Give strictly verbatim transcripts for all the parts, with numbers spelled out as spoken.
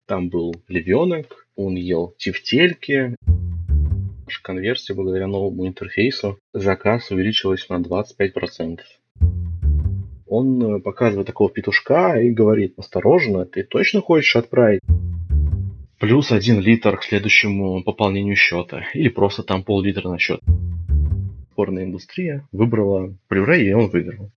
Там был львенок, он ел тефтельки. Наша конверсия благодаря новому интерфейсу, заказ увеличилась на двадцать пять процентов. Он показывает такого петушка и говорит: осторожно, ты точно хочешь отправить плюс один литр к следующему пополнению счета? Или просто там пол-литра на счет? Порная индустрия выбрала Blu-ray, и он выиграл.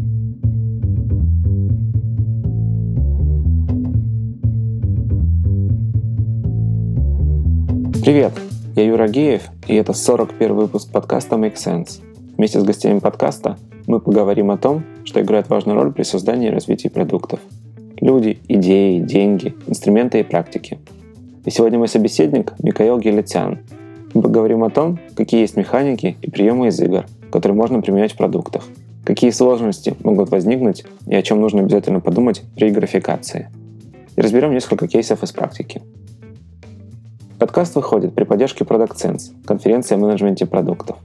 Привет, я Юра Геев, и это сорок первый выпуск подкаста Make Sense. Вместе с гостями подкаста мы поговорим о том, что играет важную роль при создании и развитии продуктов. Люди, идеи, деньги, инструменты и практики. И сегодня мой собеседник Микаэл Гелетян. Мы поговорим о том, какие есть механики и приемы из игр, которые можно применять в продуктах, какие сложности могут возникнуть и о чем нужно обязательно подумать при графикации. И разберем несколько кейсов из практики. Подкаст выходит при поддержке Product Sense, конференции о менеджменте продуктов.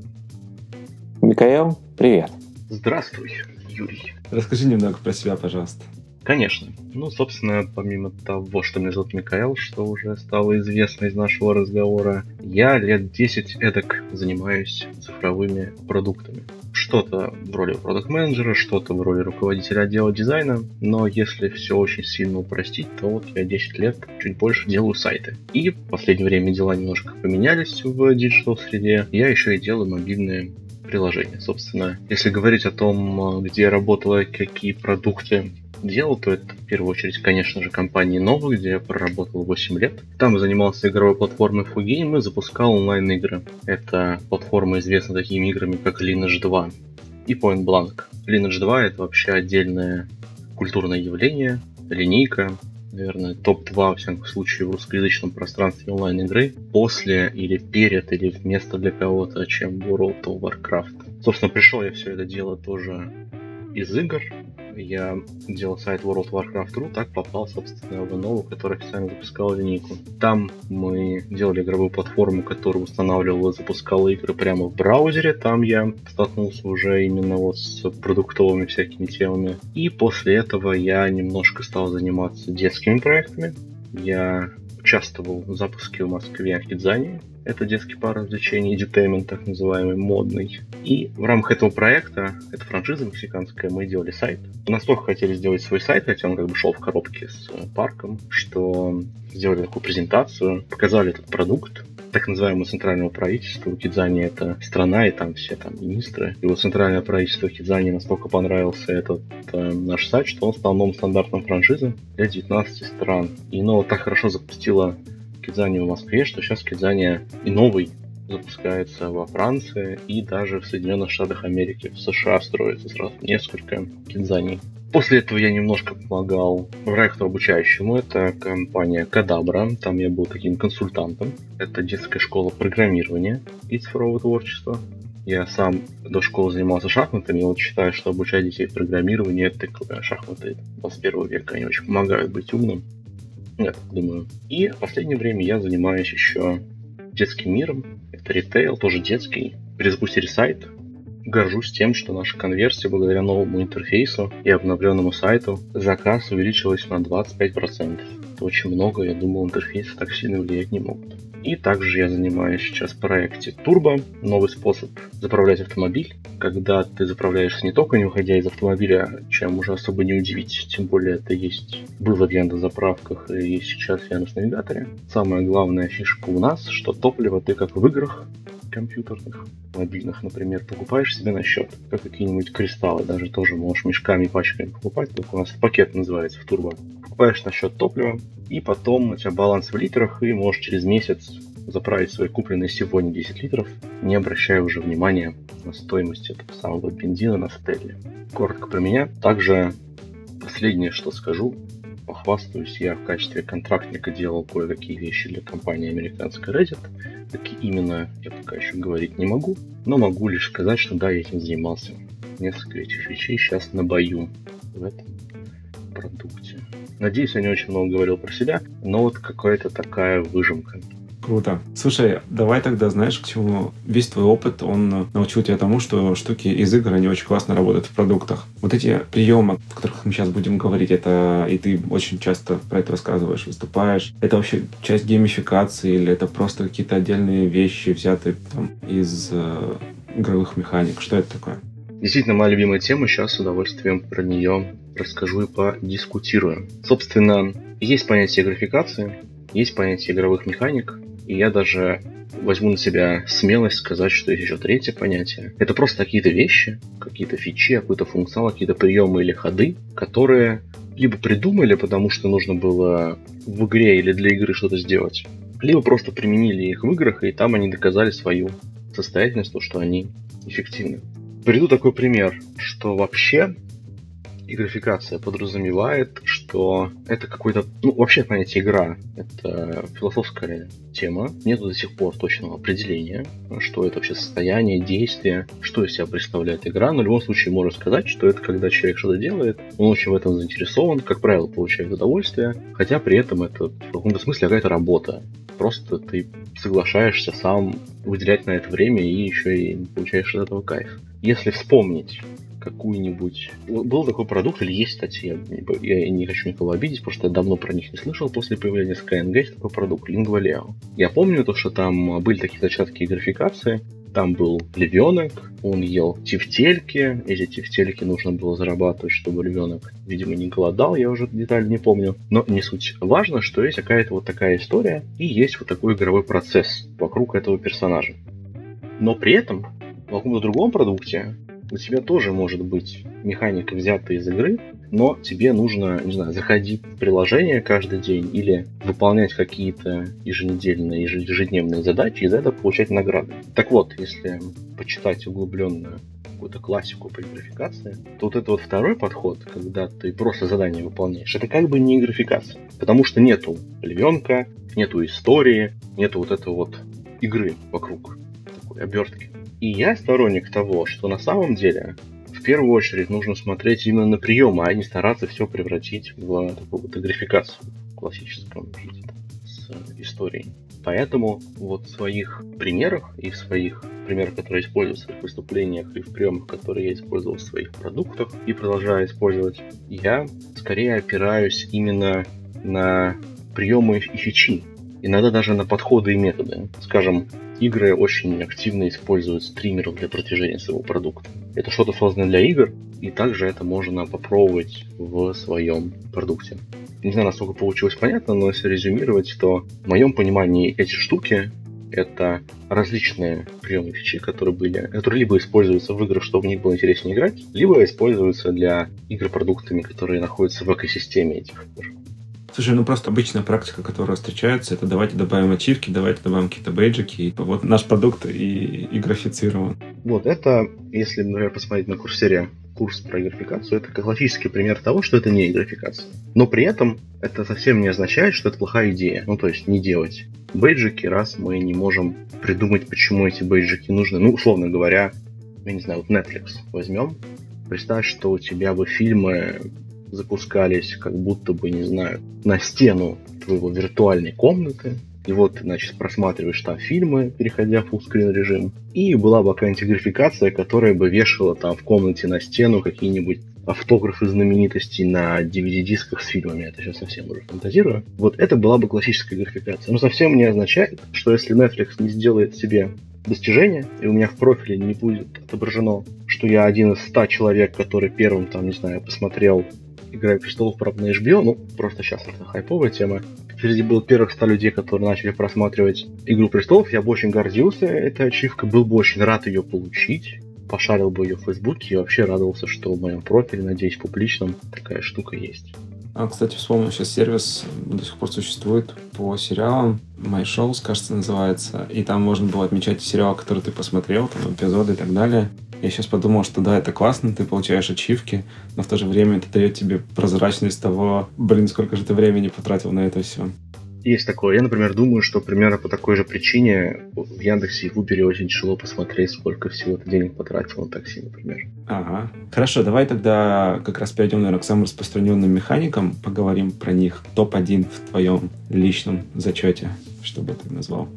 Микаэл, привет. Здравствуй, Юрий. Расскажи немного про себя, пожалуйста. Конечно. Ну, собственно, помимо того, что меня зовут Микаэл, что уже стало известно из нашего разговора, я лет десять эдак занимаюсь цифровыми продуктами. Что-то в роли продакт-менеджера, что-то в роли руководителя отдела дизайна, но если все очень сильно упростить, то вот я десять лет, чуть больше, делаю сайты. И в последнее время дела немножко поменялись в диджитал-среде, я еще и делаю мобильные приложения. Собственно, если говорить о том, где я работал и какие продукты делал, то это в первую очередь, конечно же, компания Nova, где я проработал восемь лет. Там я занимался игровой платформой Fugame и запускал онлайн-игры. Эта платформа известна такими играми, как Lineage два и Point Blank. Lineage два — это вообще отдельное культурное явление, линейка, наверное, топ два, во всяком случае, в русскоязычном пространстве онлайн-игры, после или перед, или вместо для кого-то, чем World of Warcraft. Собственно, пришел я все это дело тоже из игр. Я делал сайт World of Warcraft точка ру, так попал, собственно, в Nova, который официально запускал линейку. Там мы делали игровую платформу, которая устанавливала и запускала игры прямо в браузере. Там я столкнулся уже именно вот с продуктовыми всякими темами. И после этого я немножко стал заниматься детскими проектами. Я участвовал в запуске в Москве Кидзани. Это детский парк развлечений, edutainment, так называемый, модный. И в рамках этого проекта, это франшиза мексиканская, мы делали сайт. Настолько хотели сделать свой сайт, хотя он как бы шел в коробке с парком, что сделали такую презентацию, показали этот продукт так называемого центрального правительства. Кидзани — это страна, и там все там министры. И вот центральное правительство Кидзани настолько понравился этот э, наш сайт, что он стал новым стандартом франшизы для девятнадцати стран. И Nova так хорошо запустила Кидзани в Москве, что сейчас Кидзани и новый запускается во Франции и даже в Соединенных Штатах Америки. В США строится сразу несколько Кидзани. После этого я немножко помогал проекту обучающему. Это компания Kadabra. Там я был таким консультантом. Это детская школа программирования и цифрового творчества. Я сам до школы занимался шахматами, и вот считаю, что обучать детей программированию — это шахматы двадцать первого века. Они очень помогают быть умным. Я так думаю. И в последнее время я занимаюсь еще детским миром. Это ритейл, тоже детский. Перезапустили сайт. Горжусь тем, что наша конверсия благодаря новому интерфейсу и обновленному сайту, заказ увеличилась на двадцать пять процентов. Это очень много, я думал, интерфейсы так сильно влиять не могут. И также я занимаюсь сейчас в проекте Turbo, новый способ заправлять автомобиль, когда ты заправляешься не только не выходя из автомобиля, чем уже особо не удивить, тем более это есть, было в Яндекс.Заправках и есть сейчас в Яндекс.Навигаторе. Самая главная фишка у нас, что топливо ты как в играх компьютерных, мобильных, например, покупаешь себе на счет, как какие-нибудь кристаллы, даже тоже можешь мешками и пачками покупать, только у нас пакет называется в Турбо. Покупаешь на счет топлива, и потом у тебя баланс в литрах, и можешь через месяц заправить свои купленные сегодня десять литров, не обращая уже внимания на стоимость этого самого бензина на стелле. Коротко про меня. Также последнее, что скажу, похвастаюсь, я в качестве контрактника делал кое-какие вещи для компании американской Reddit. Какие именно, я пока еще говорить не могу, но могу лишь сказать, что да, я этим занимался. Несколько этих вещей сейчас на бою в этом продукте. Надеюсь, я не очень много говорил про себя, но вот какая-то такая выжимка. Круто. Слушай, давай тогда, знаешь, к чему весь твой опыт, он научил тебя тому, что штуки из игр, они очень классно работают в продуктах. Вот эти приемы, о которых мы сейчас будем говорить, это и ты очень часто про это рассказываешь, выступаешь. Это вообще часть геймификации или это просто какие-то отдельные вещи, взятые там из э, игровых механик? Что это такое? Действительно, моя любимая тема. Сейчас с удовольствием про нее расскажу и подискутирую. Собственно, есть понятие графикации, есть понятие игровых механик, и я даже возьму на себя смелость сказать, что есть еще третье понятие. Это просто какие-то вещи, какие-то фичи, какой-то функционал, какие-то приемы или ходы, которые либо придумали, потому что нужно было в игре или для игры что-то сделать, либо просто применили их в играх, и там они доказали свою состоятельность, то, что они эффективны. Приведу такой пример, что вообще и графикация подразумевает, что это какой-то... Ну, вообще понятие игра — это философская тема. Нету до сих пор точного определения, что это вообще состояние, действие, что из себя представляет игра. Но в любом случае можно сказать, что это когда человек что-то делает, он очень в этом заинтересован, как правило, получает удовольствие, хотя при этом это в каком-то смысле какая-то работа. Просто ты соглашаешься сам выделять на это время и еще и получаешь от этого кайф. Если вспомнить какую-нибудь... Был такой продукт, или есть, кстати, я, я не хочу никого обидеть, потому что я давно про них не слышал после появления Skyeng, есть такой продукт, Lingua.Leo. Я помню то, что там были такие зачатки графикации, там был львенок, он ел тефтельки, эти тефтельки нужно было зарабатывать, чтобы львенок, видимо, не голодал, я уже детали не помню, но не суть. Важно, что есть какая-то вот такая история, и есть вот такой игровой процесс вокруг этого персонажа. Но при этом в каком-то другом продукте у тебя тоже может быть механика, взятая из игры, но тебе нужно, не знаю, заходить в приложение каждый день или выполнять какие-то еженедельные, ежедневные задачи и за это получать награды. Так вот, если почитать углубленную какую-то классику по графикации, то вот это вот второй подход, когда ты просто задание выполняешь, это как бы не графикация, потому что нету львенка, нету истории, нету вот этой вот игры вокруг такой обертки. И я сторонник того, что на самом деле в первую очередь нужно смотреть именно на приемы, а не стараться все превратить в такую вот графикацию классическую с историей. Поэтому вот в своих примерах и в своих примерах, которые я использую в своих выступлениях, и в приемах, которые я использовал в своих продуктах и продолжаю использовать, я скорее опираюсь именно на приемы и фичи. Иногда даже на подходы и методы. Скажем, игры очень активно используют стримеров для продвижения своего продукта. Это что-то создано для игр, и также это можно попробовать в своем продукте. Не знаю, насколько получилось понятно, но если резюмировать, то в моем понимании эти штуки — это различные приемы фичи, которые были, которые либо используются в играх, чтобы в них было интереснее играть, либо используются для игр продуктами, которые находятся в экосистеме этих игр. Слушай, ну просто обычная практика, которая встречается, это давайте добавим ачивки, давайте добавим какие-то бейджики, и вот наш продукт и, и графицирован. Вот это, если, например, посмотреть на Курсере курс про графикацию, это классический пример того, что это не графикация. Но при этом это совсем не означает, что это плохая идея. Ну, то есть не делать бейджики, раз мы не можем придумать, почему эти бейджики нужны. Ну, условно говоря, я не знаю, вот Netflix возьмем. Представь, что у тебя бы фильмы запускались как будто бы, не знаю, на стену твоего виртуальной комнаты. И вот ты, значит, просматриваешь там фильмы, переходя в фуллскрин режим. И была бы какая-нибудь графикация, которая бы вешала там в комнате на стену какие-нибудь автографы знаменитостей на ди ви ди-дисках с фильмами. Это сейчас совсем уже фантазирую. Вот это была бы классическая графикация. Но совсем не означает, что если Netflix не сделает себе достижение, и у меня в профиле не будет отображено, что я один из ста человек, который первым, там, не знаю, посмотрел «Игра престолов», правда, на эйч би о, ну, просто сейчас это хайповая тема. Среди было первых ста людей, которые начали просматривать «Игру престолов», я бы очень гордился этой ачивкой, был бы очень рад ее получить, пошарил бы ее в Фейсбуке и вообще радовался, что в моем профиле, надеюсь, публичном, такая штука есть. А, кстати, вспомнил, сейчас сервис до сих пор существует по сериалам. My Shows, кажется, называется. И там можно было отмечать сериал, который ты посмотрел, там, эпизоды и так далее. Я сейчас подумал, что да, это классно, ты получаешь ачивки, но в то же время это дает тебе прозрачность того, блин, сколько же ты времени потратил на это все. Есть такое. Я, например, думаю, что примерно по такой же причине в Яндексе и в Uber очень тяжело посмотреть, сколько всего ты денег потратил на такси, например. Ага. Хорошо, давай тогда как раз перейдем, наверное, к самым распространенным механикам, поговорим про них. топ один в твоем личном зачете. что бы ты назвал?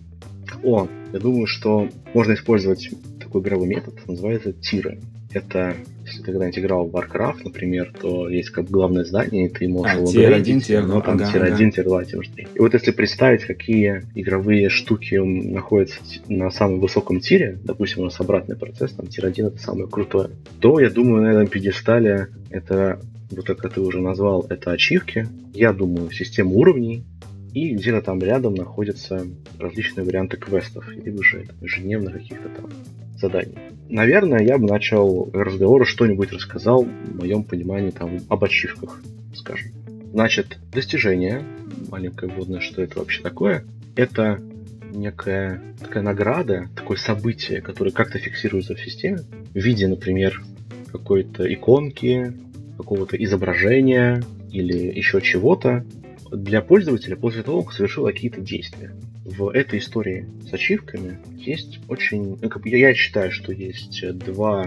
О, я думаю, что можно использовать такой игровой метод, называется тиры. Это, если ты когда-нибудь играл в Warcraft, например, то есть как главное здание, и ты можешь а, его тир один, грейдить, тир оно там ага, тир ага. один, тир два, тир три. И вот если представить, какие игровые штуки находятся на самом высоком тире, допустим, у нас обратный процесс, там тир один это самое крутое, то я думаю, на этом пьедестале это, вот как ты уже назвал, это ачивки, я думаю, система уровней, и где-то там рядом находятся различные варианты квестов, либо же ежедневных каких-то там заданий. Наверное, я бы начал разговор, что-нибудь рассказал в моем понимании там об ачивках, скажем. Значит, достижение, маленькое вводное, что это вообще такое, это некая такая награда, такое событие, которое как-то фиксируется в системе, в виде, например, какой-то иконки, какого-то изображения или еще чего-то, для пользователя после того, как совершил какие-то действия. В этой истории с ачивками есть очень... Я считаю, что есть два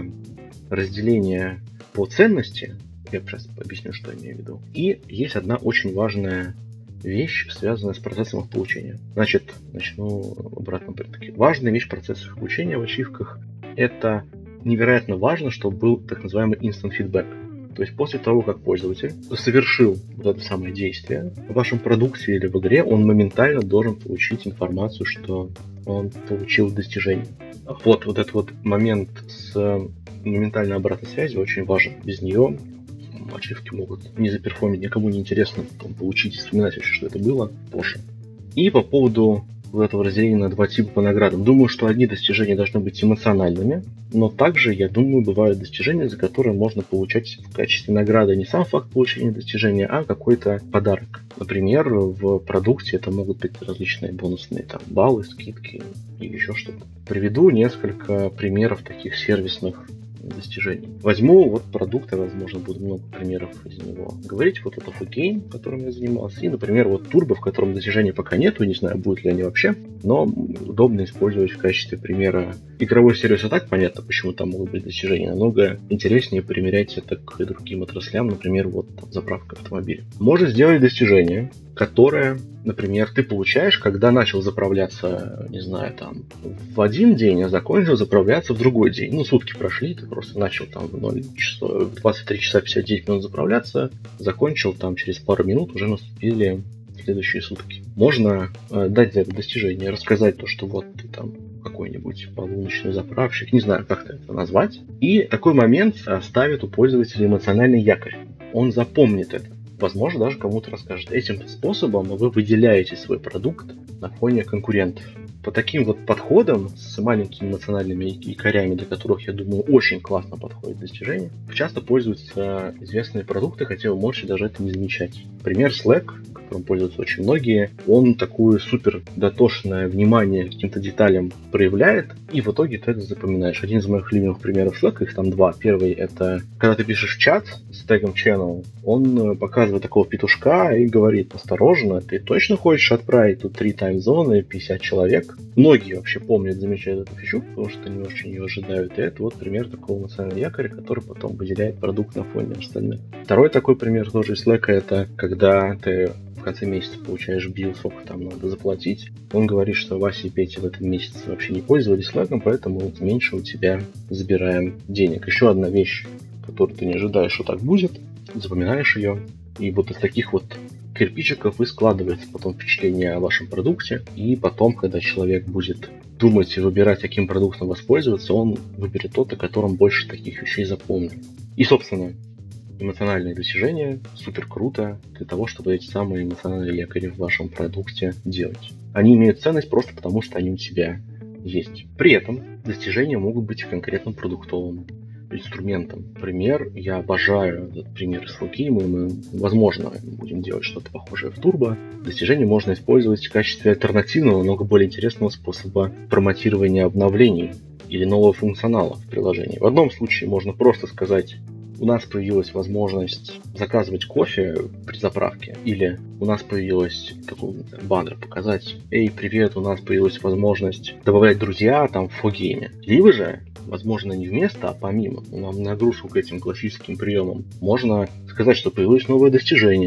разделения по ценности. Я сейчас объясню, что я имею в виду. И есть одна очень важная вещь, связанная с процессом их получения. Значит, начну в обратном порядке. Важная вещь процесса их получения в ачивках — это невероятно важно, чтобы был так называемый instant feedback. То есть после того, как пользователь совершил вот это самое действие в вашем продукте или в игре, он моментально должен получить информацию, что он получил достижение. Вот, вот этот вот момент с моментальной обратной связью очень важен. Без нее ачивки могут не заперформить, никому не интересно там, получить и вспоминать вообще, что это было позже. И по поводу вот этого разделения на два типа по наградам. Думаю, что одни достижения должны быть эмоциональными, но также, я думаю, бывают достижения, за которые можно получать в качестве награды не сам факт получения достижения, а какой-то подарок. Например, в продукте это могут быть различные бонусные там, баллы, скидки или еще что-то. Приведу несколько примеров таких сервисных достижений. Возьму вот продукты, возможно, буду много примеров из него говорить. Вот это Game, которым я занимался. И, например, вот Turbo, в котором достижений пока нету, не знаю, будут ли они вообще, но удобно использовать в качестве примера. Игровой сервис и так понятно, почему там могут быть достижения. Намного интереснее примерять это к другим отраслям, например, вот там, заправка автомобиля. Можно сделать достижение, которое, например, ты получаешь, когда начал заправляться, не знаю, там, в один день, а закончил заправляться в другой день. Ну, сутки прошли, ты просто начал там в ноль часов, двадцать три часа пятьдесят девять минут заправляться, закончил там через пару минут, уже наступили следующие сутки. Можно э, дать за это достижение, рассказать то, что вот ты там какой-нибудь полуночный заправщик, не знаю, как это назвать. И такой момент оставит у пользователя эмоциональный якорь. Он запомнит это. Возможно, даже кому-то расскажет. Этим способом вы выделяете свой продукт на фоне конкурентов. По таким вот подходам с маленькими эмоциональными якорями, для которых, я думаю, очень классно подходит достижение, часто пользуются известные продукты, хотя вы можете даже это не замечать. Пример Slack, которым пользуются очень многие, он такое супер дотошное внимание к каким-то деталям проявляет, и в итоге ты это запоминаешь. Один из моих любимых примеров Slack, их там два. Первый — это когда ты пишешь чат с тегом channel, он показывает такого петушка и говорит: осторожно, ты точно хочешь отправить тут три таймзоны, пятьдесят человек? Многие вообще помнят, замечают эту фичу, потому что они очень ее ожидают. И это вот пример такого эмоционального якоря, который потом выделяет продукт на фоне остальных. Второй такой пример тоже из Slack — это когда ты в конце месяца получаешь билл, сколько там надо заплатить. Он говорит, что Вася и Петя в этом месяце вообще не пользовались Slack, поэтому меньше у тебя забираем денег. Еще одна вещь, которую ты не ожидаешь, что так будет, запоминаешь ее. И вот из таких вот кирпичиков и складывается потом впечатление о вашем продукте. И потом, когда человек будет думать и выбирать, каким продуктом воспользоваться, он выберет тот, о котором больше таких вещей запомнил. И, собственно, эмоциональные достижения супер круто для того, чтобы эти самые эмоциональные якори в вашем продукте делать. Они имеют ценность просто потому, что они у тебя есть. При этом достижения могут быть конкретным продуктовым инструментом. Пример, я обожаю этот пример из Флокейма, и мы, возможно, будем делать что-то похожее в Turbo. Достижение можно использовать в качестве альтернативного, много более интересного способа промотирования обновлений или нового функционала в приложении. В одном случае можно просто сказать: у нас появилась возможность заказывать кофе при заправке, или у нас появилась такой баннер показать: эй, привет, у нас появилась возможность добавлять друзья там в Флокейме. Либо же, возможно, не вместо, а помимо, на нагрузку к этим классическим приемам, можно сказать, что появилось новое достижение.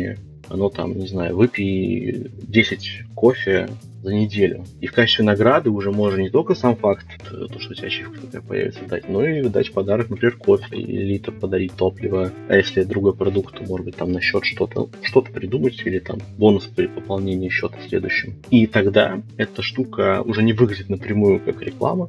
оно там, не знаю, выпей десять кофе за неделю. И в качестве награды уже можно не только сам факт, то, что у тебя ачивка такая появится, дать, но и дать подарок, например, кофе, или там подарить топливо. А если другой продукт, то, может быть, там на счет что-то, что-то придумать, или там бонус при пополнении счета следующим. И тогда эта штука уже не выглядит напрямую как реклама,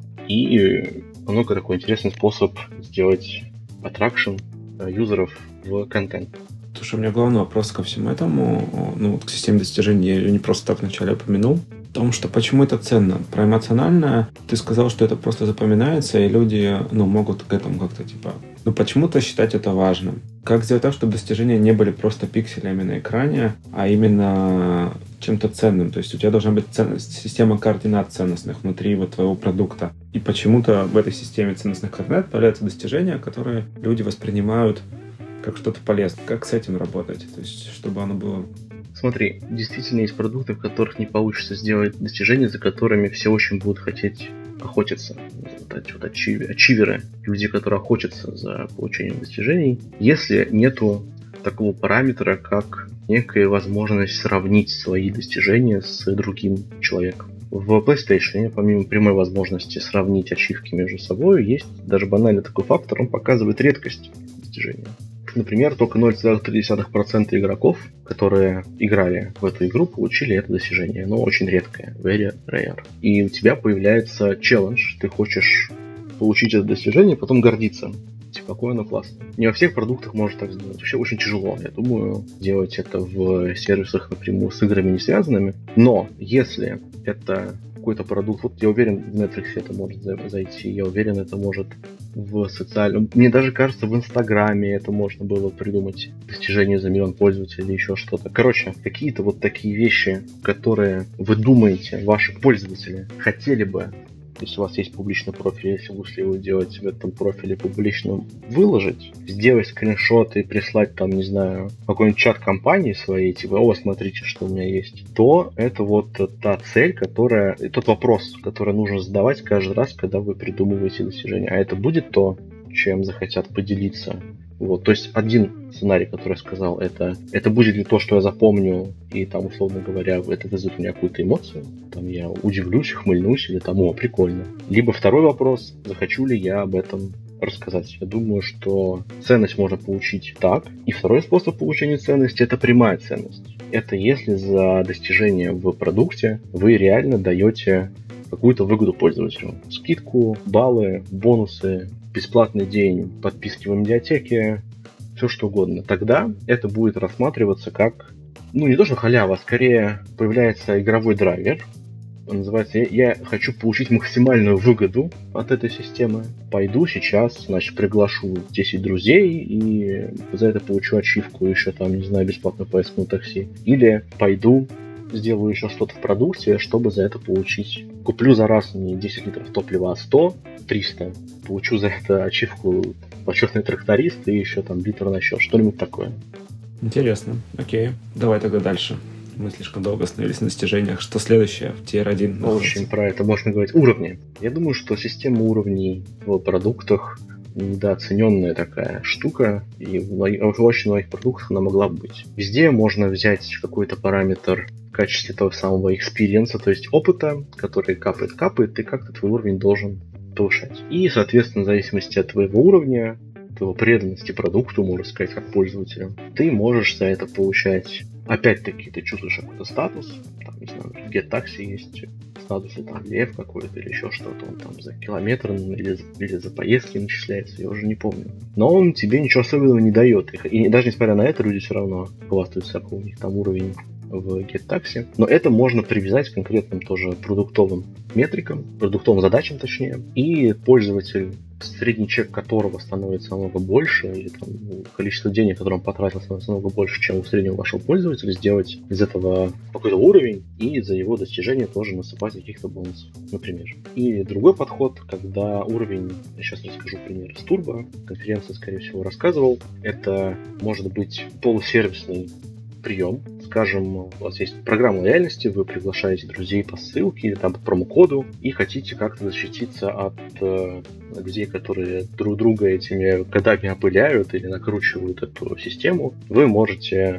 и оно как такой интересный способ сделать аттракшн юзеров в контент. Слушай, у меня главный вопрос ко всему этому, ну вот к системе достижений, я ее не просто так вначале упомянул, в том, что почему это ценно. Про эмоциональное ты сказал, что это просто запоминается, и люди, ну, могут к этому как-то, типа, ну, почему-то считать это важным. Как сделать так, чтобы достижения не были просто пикселями на экране, а именно чем-то ценным? То есть у тебя должна быть ценность, система координат ценностных внутри вот твоего продукта. И почему-то в этой системе ценностных координат появляются достижения, которые люди воспринимают как что-то полезное. Как с этим работать? То есть, чтобы оно было... Смотри, действительно есть продукты, в которых не получится сделать достижения, за которыми все очень будут хотеть охотиться. Вот эти вот ачив... ачиверы, люди, которые охотятся за получением достижений. Если нету такого параметра, как некая возможность сравнить свои достижения с другим человеком. В PlayStation, помимо прямой возможности сравнить ачивки между собой, есть даже банальный такой фактор, он показывает редкость достижения. Например, только ноль целых три десятых процента игроков, которые играли в эту игру, получили это достижение. Оно очень редкое, very rare. И у тебя появляется челлендж, ты хочешь получить это достижение, потом гордиться. Типа, какое оно классное. Не во всех продуктах можно так сделать. Вообще очень тяжело, я думаю, делать это в сервисах напрямую с играми не связанными. Но если это какой-то продукт, вот я уверен, в Netflix это может зайти, я уверен, это может в социальном... Мне даже кажется, в Инстаграме это можно было придумать. Достижение за миллион пользователей или еще что-то. Короче, какие-то вот такие вещи, которые вы думаете, ваши пользователи хотели бы, если у вас есть публичный профиль, если вы его делаете в этом профиле публично, выложить, сделать скриншот и прислать там, не знаю, какой-нибудь чат компании своей, типа, о, смотрите, что у меня есть, то это вот та цель, которая, тот вопрос, который нужно задавать каждый раз, когда вы придумываете достижение. А это будет то, чем захотят поделиться. Вот, то есть один сценарий, который я сказал, это, это будет ли то, что я запомню, и там, условно говоря, это вызовет у меня какую-то эмоцию, там я удивлюсь, хмыльнусь, или там, о, прикольно. Либо второй вопрос, захочу ли я об этом рассказать. Я думаю, что ценность можно получить так. И второй способ получения ценности — это прямая ценность. Это если за достижение в продукте вы реально даете какую-то выгоду пользователю. Скидку, баллы, бонусы, бесплатный день подписки в медиатеке, все что угодно. Тогда это будет рассматриваться как, ну не то что халява, а скорее появляется игровой драйвер. Он называется «Я, я хочу получить максимальную выгоду от этой системы. Пойду сейчас, значит, приглашу десять друзей и за это получу ачивку, еще там, не знаю, бесплатную поездку на такси. Или пойду, сделаю еще что-то в продукте, чтобы за это получить. Куплю за раз не десять литров топлива, а сто, триста. Получу за это ачивку почетный тракторист и еще там литр на счет. Что-нибудь такое. Интересно. Окей. Давай тогда дальше. Мы слишком долго остановились на достижениях. Что следующее в тир один? В общем, про это можно говорить. Уровни. Я думаю, что система уровней в продуктах недооцененная такая штука, и в очень многих продуктах она могла быть. Везде можно взять какой-то параметр в качестве того самого экспириенса, то есть опыта, который капает-капает, и как-то твой уровень должен повышать. И, соответственно, в зависимости от твоего уровня, твоего преданности продукту, можно сказать, как пользователю, ты можешь за это получать, опять-таки, ты чувствуешь какой-то статус, там, не знаю, в GetTaxi есть статусы, там, лев какой-то или еще что-то, он там за километр или за, или за поездки начисляется, я уже не помню. Но он тебе ничего особенного не дает, и, и даже несмотря на это, люди все равно хвастаются, какой у них там уровень в GetTaxi. Но это можно привязать к конкретным тоже продуктовым метрикам, продуктовым задачам точнее, и пользователь, средний чек которого становится намного больше, или там, ну, количество денег, которое он потратил, становится намного больше, чем у среднего вашего пользователя, сделать из этого какой-то уровень и за его достижение тоже насыпать каких-то бонусов, например. И другой подход, когда уровень, я сейчас расскажу пример с Turbo, конференции, скорее всего, рассказывал, это может быть полусервисный прием. Скажем, у вас есть программа лояльности, вы приглашаете друзей по ссылке или там по промокоду и хотите как-то защититься от э, людей, которые друг друга этими кодами опыляют или накручивают эту систему. Вы можете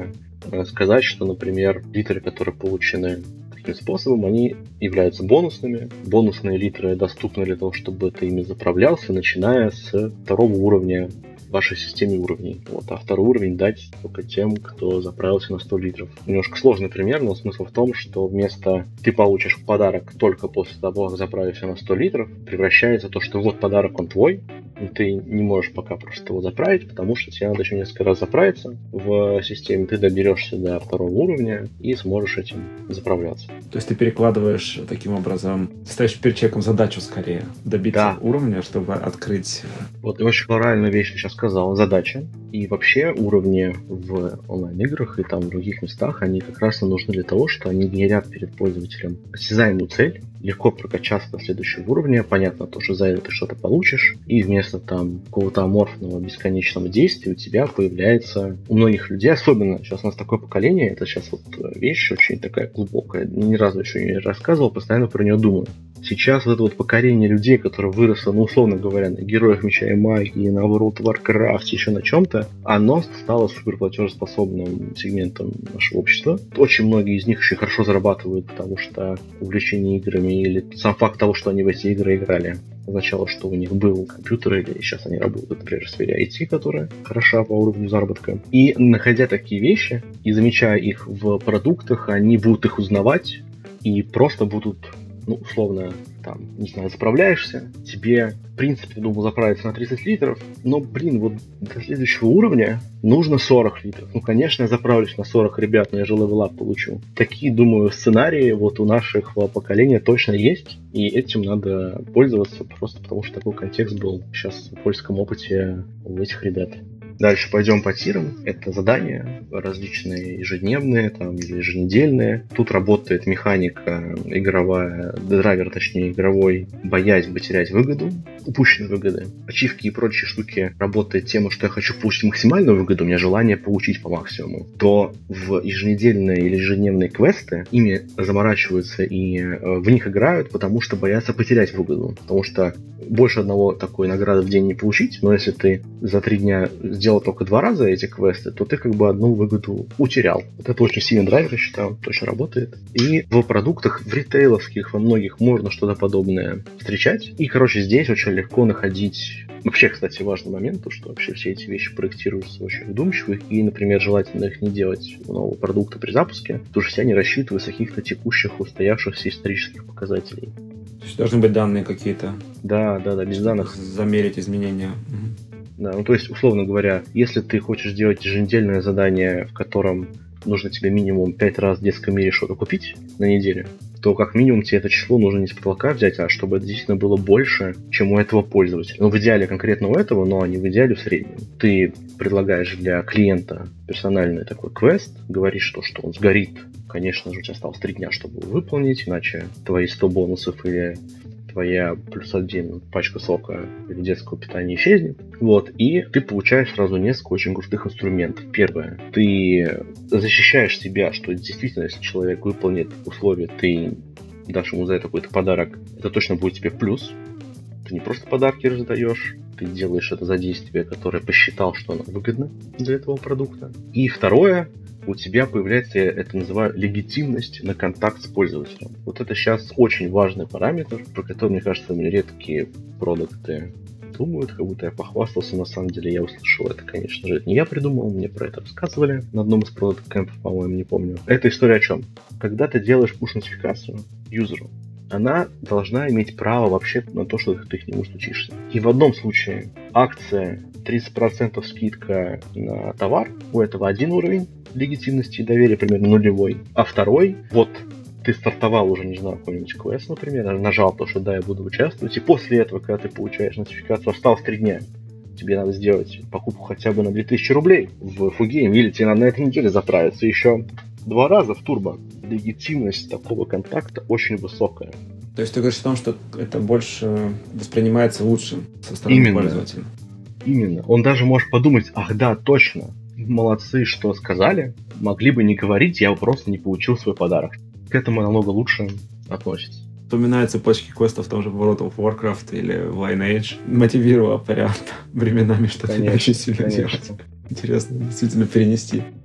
э, сказать, что, например, литры, которые получены таким способом, они являются бонусными. Бонусные литры доступны для того, чтобы ты ими заправлялся, начиная с второго уровня в вашей системе уровней. Вот, а второй уровень дать только тем, кто заправился на сто литров. Немножко сложный пример, но смысл в том, что вместо ты получишь подарок только после того, как заправишься на сто литров, превращается то, что вот подарок, он твой, и ты не можешь пока просто его заправить, потому что тебе надо еще несколько раз заправиться в системе, ты доберешься до второго уровня и сможешь этим заправляться. То есть ты перекладываешь таким образом, ставишь перед человеком задачу скорее добиться да. уровня, чтобы открыть. Вот и очень правильную вещь ты сейчас сказал, задача. И вообще уровни в онлайн-играх и там в других местах, они как раз и нужны для того, что они генерят перед пользователем осязаемую цель, легко прокачаться до следующего уровня, понятно то, что за это ты что-то получишь, и вместо там какого-то аморфного бесконечного действия у тебя появляется у многих людей, особенно сейчас у нас такое поколение, это сейчас вот вещь очень такая глубокая, ни разу еще не рассказывал, постоянно про нее думаю. Сейчас вот это вот поколение людей, которое выросло, ну, условно говоря, на Героях Меча и Магии, на World of Warcraft, еще на чем-то, оно стало суперплатежеспособным сегментом нашего общества. Очень многие из них еще хорошо зарабатывают, потому что увлечение играми или сам факт того, что они в эти игры играли, означало, что у них был компьютер, или сейчас они работают, например, в сфере ай ти, которая хороша по уровню заработка. И находя такие вещи и замечая их в продуктах, они будут их узнавать и просто будут, ну, условно, там, не знаю, заправляешься, тебе, в принципе, ты думал заправиться на тридцать литров, но, блин, вот до следующего уровня нужно сорок литров. Ну, конечно, я заправлюсь на сорок, ребят, но я же левелап получу. Такие, думаю, сценарии вот у нашего поколения точно есть, и этим надо пользоваться, просто потому что такой контекст был сейчас в польском опыте у этих ребят. Дальше пойдем по тирам. Это задания различные, ежедневные там, или еженедельные. Тут работает механика игровая, драйвер, точнее, игровой, боязнь потерять выгоду, упущенные выгоды. Ачивки и прочие штуки работает тем, что я хочу получить максимальную выгоду, у меня желание получить по максимуму. То в еженедельные или ежедневные квесты ими заморачиваются и в них играют, потому что боятся потерять выгоду. Потому что больше одного такой награды в день не получить, но если ты за три дня сделал только два раза эти квесты, то ты как бы одну выгоду утерял. Вот это очень сильный драйвер, я считаю, точно работает. И в продуктах, в ритейловских, во многих можно что-то подобное встречать. И, короче, здесь очень легко находить... Вообще, кстати, важный момент, то, что вообще все эти вещи проектируются очень вдумчиво, и, например, желательно их не делать у нового продукта при запуске, потому что все они рассчитывают с каких-то текущих, устоявшихся исторических показателей. То есть должны быть данные какие-то. Да, да, да, без данных. Замерить изменения. Да, ну то есть, условно говоря, если ты хочешь делать еженедельное задание, в котором нужно тебе минимум пять раз в детском мире что-то купить на неделю, то как минимум тебе это число нужно не с потолка взять, а чтобы это действительно было больше, чем у этого пользователя. Ну, в идеале конкретно у этого, но не в идеале в среднем. Ты предлагаешь для клиента персональный такой квест, говоришь, что, что он сгорит. Конечно же, у тебя осталось три дня, чтобы его выполнить, иначе твои сто бонусов или твоя плюс один пачка сока или детского питания исчезнет. Вот, и ты получаешь сразу несколько очень крутых инструментов. Первое, ты защищаешь себя, что действительно, если человек выполнит условия, ты дашь ему за это какой-то подарок, это точно будет тебе плюс. Ты не просто подарки раздаешь, ты делаешь это за действие, которое посчитал, что оно выгодно для этого продукта. И второе, у тебя появляется, я это называю, легитимность на контакт с пользователем. Вот это сейчас очень важный параметр, про который, мне кажется, редкие продукты думают, как будто я похвастался. На самом деле я услышал это, конечно же, это не я придумал, мне про это рассказывали на одном из продукт кэмпов, по-моему, не помню. Эта история о чем? Когда ты делаешь push-нотификацию юзеру, она должна иметь право вообще на то, что ты к нему стучишься. И в одном случае акция тридцать процентов скидка на товар, у этого один уровень легитимности и доверия, примерно нулевой. А второй, вот ты стартовал уже, не знаю, какой-нибудь квест, например, нажал то, что да, я буду участвовать, и после этого, когда ты получаешь нотификацию, осталось три дня, тебе надо сделать покупку хотя бы на две тысячи рублей в Фугейм, или тебе надо на этой неделе заправиться еще два раза в турбо. Легитимность такого контакта очень высокая. То есть ты говоришь о том, что это больше воспринимается лучше со стороны Именно. пользователя. Именно. Он даже может подумать, ах да, точно, молодцы, что сказали, могли бы не говорить, я просто не получил свой подарок. К этому намного лучше относится. Вспоминаются цепочки квестов в том же World of Warcraft или Lineage. Мотивировал прям временами что-то очень сильно делать. Интересно действительно перенести.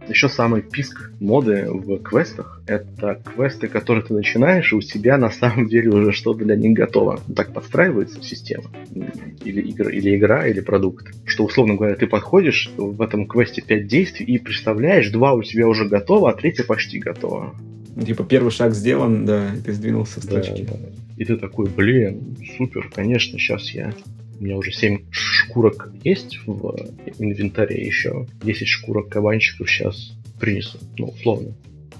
Еще самый писк моды в квестах — это квесты, которые ты начинаешь, и у тебя на самом деле уже что-то для них готово. Так подстраивается система. Или игра, или игра, или продукт. Что, условно говоря, ты подходишь, в этом квесте пять действий, и представляешь, два у тебя уже готово, а третье почти готово. Типа первый шаг сделан, да, и ты сдвинулся с Да, точки. да. И ты такой, блин, супер, конечно, сейчас я... У меня уже семь шкурок есть в инвентаре еще. десять шкурок кабанчиков сейчас принесу. Ну, условно.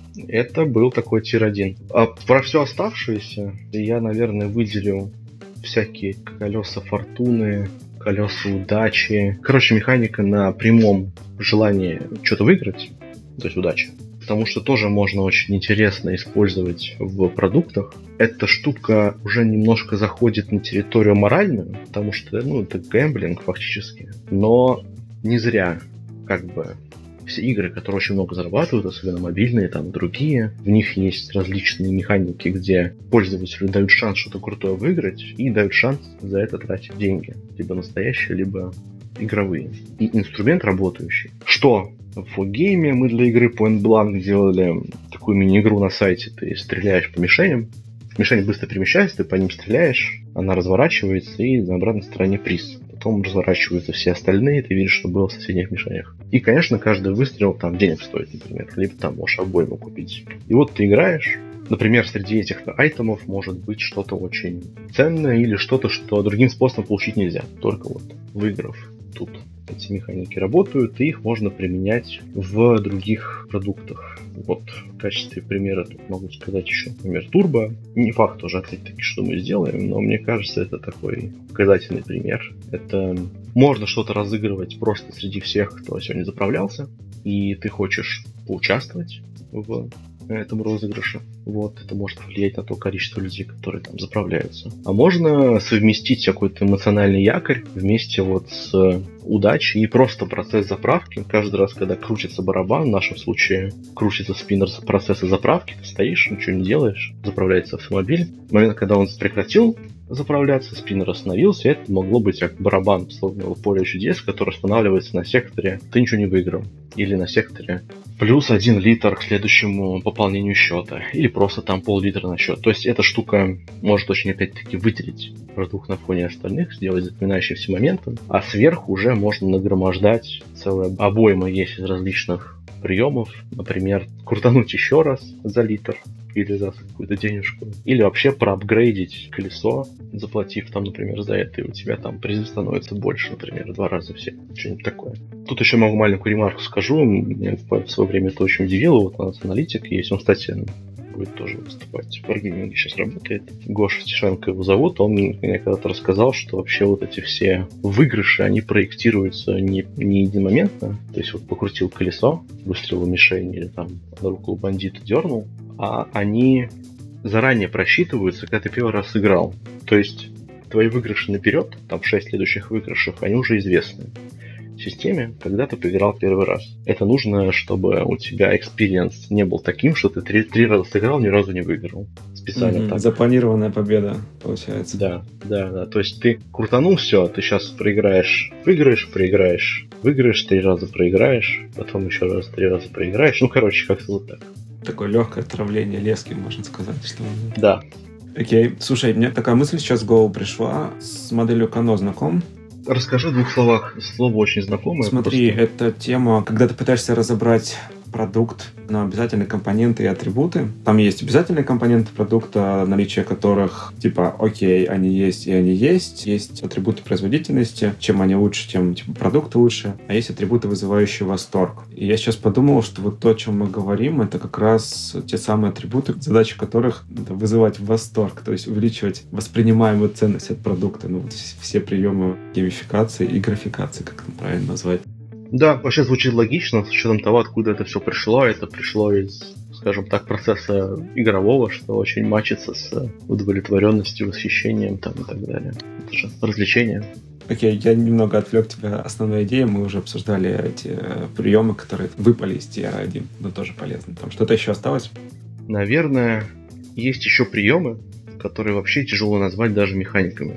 Это был такой тир один. А про все оставшееся я, наверное, выделю всякие колеса фортуны, колеса удачи. Короче, механика на прямом желании что-то выиграть. То есть удача. Потому что тоже можно очень интересно использовать в продуктах. Эта штука уже немножко заходит на территорию моральную, потому что, ну, это гэмблинг фактически. Но не зря, как бы, все игры, которые очень много зарабатывают, особенно мобильные, там, другие, в них есть различные механики, где пользователю дают шанс что-то крутое выиграть и дают шанс за это тратить деньги. Либо настоящие, либо игровые. И инструмент работающий. Что? В гейме мы для игры Point Blank делали такую мини-игру на сайте. Ты стреляешь по мишеням, мишень быстро перемещается, ты по ним стреляешь, она разворачивается, и на обратной стороне приз. Потом разворачиваются все остальные, ты видишь, что было в соседних мишенях. И, конечно, каждый выстрел там денег стоит, например, либо там можешь обойму купить. И вот ты играешь, например, среди этих айтемов может быть что-то очень ценное или что-то, что другим способом получить нельзя, только вот выиграв тут. Эти механики работают, и их можно применять в других продуктах. Вот в качестве примера тут могу сказать еще, например, турбо. Не факт тоже, опять-таки, что мы сделаем, но мне кажется, это такой показательный пример. Это можно что-то разыгрывать просто среди всех, кто сегодня заправлялся, и ты хочешь поучаствовать в этом розыгрыше. Вот, это может влиять на то количество людей, которые там заправляются. А можно совместить какой-то эмоциональный якорь вместе вот с удачей и просто процесс заправки. Каждый раз, когда крутится барабан, в нашем случае крутится спиннер процесса заправки, ты стоишь, ничего не делаешь, заправляется автомобиль. В момент, когда он прекратил заправляться, спиннер остановился, и это могло быть как барабан словно поля чудес, который останавливается на секторе «ты ничего не выиграл» или на секторе плюс один литр к следующему пополнению счета, или просто там пол-литра на счет. То есть эта штука может очень опять-таки выделить продукт на фоне остальных, сделать запоминающимся моментом, а сверху уже можно нагромождать целая обойма есть из различных приемов, например, крутануть еще раз за литр, или за какую-то денежку, или вообще проапгрейдить колесо, заплатив там, например, за это, и у тебя там призы становится больше, например, в два раза все, что-нибудь такое. Тут еще могу маленькую ремарку скажу, меня в свое время это очень удивило, вот у нас аналитик есть, он, кстати, будет тоже выступать в Wargaming, сейчас работает. Гоша Тишенко его зовут, он мне когда-то рассказал, что вообще вот эти все выигрыши, они проектируются не, не единомоментно, то есть вот покрутил колесо, выстрелил в мишень или там руку бандита дернул, а они заранее просчитываются, когда ты первый раз сыграл. То есть твои выигрыши наперед, там шесть следующих выигрышев, они уже известны в системе, когда ты поиграл первый раз. Это нужно, чтобы у тебя экспириенс не был таким, что ты три, три раза сыграл, ни разу не выиграл. Специально mm-hmm. так. Запланированная победа, получается. Да, да, да. То есть ты крутанул все, ты сейчас проиграешь, выиграешь, проиграешь, выиграешь, три раза проиграешь, потом еще раз три раза проиграешь. Ну, короче, как-то вот так. Такое легкое отравление лески, можно сказать, что... Да. Окей. Слушай, мне такая мысль сейчас в голову пришла. С моделью Кано знаком? Расскажи в двух словах. Слово очень знакомое. Смотри, просто... это тема, когда ты пытаешься разобрать продукт на обязательные компоненты и атрибуты. Там есть обязательные компоненты продукта, наличие которых, типа, окей, они есть и они есть. Есть атрибуты производительности. Чем они лучше, тем типа, продукт лучше. А есть атрибуты, вызывающие восторг. И я сейчас подумал, что вот то, о чем мы говорим, это как раз те самые атрибуты, задача которых это вызывать восторг, то есть увеличивать воспринимаемую ценность от продукта. Ну, вот все приемы геймификации и графикации, как это правильно назвать. Да, вообще звучит логично, с учетом того, откуда это все пришло. Это пришло из, скажем так, процесса игрового, что очень мачится с удовлетворенностью, восхищением там, и так далее. Это же развлечение. Окей, okay, я немного отвлек тебя основной идеей. Мы уже обсуждали эти приемы, которые выпали из ти ар один, но тоже полезно. Там что-то еще осталось? Наверное, есть еще приемы, которые вообще тяжело назвать даже механиками.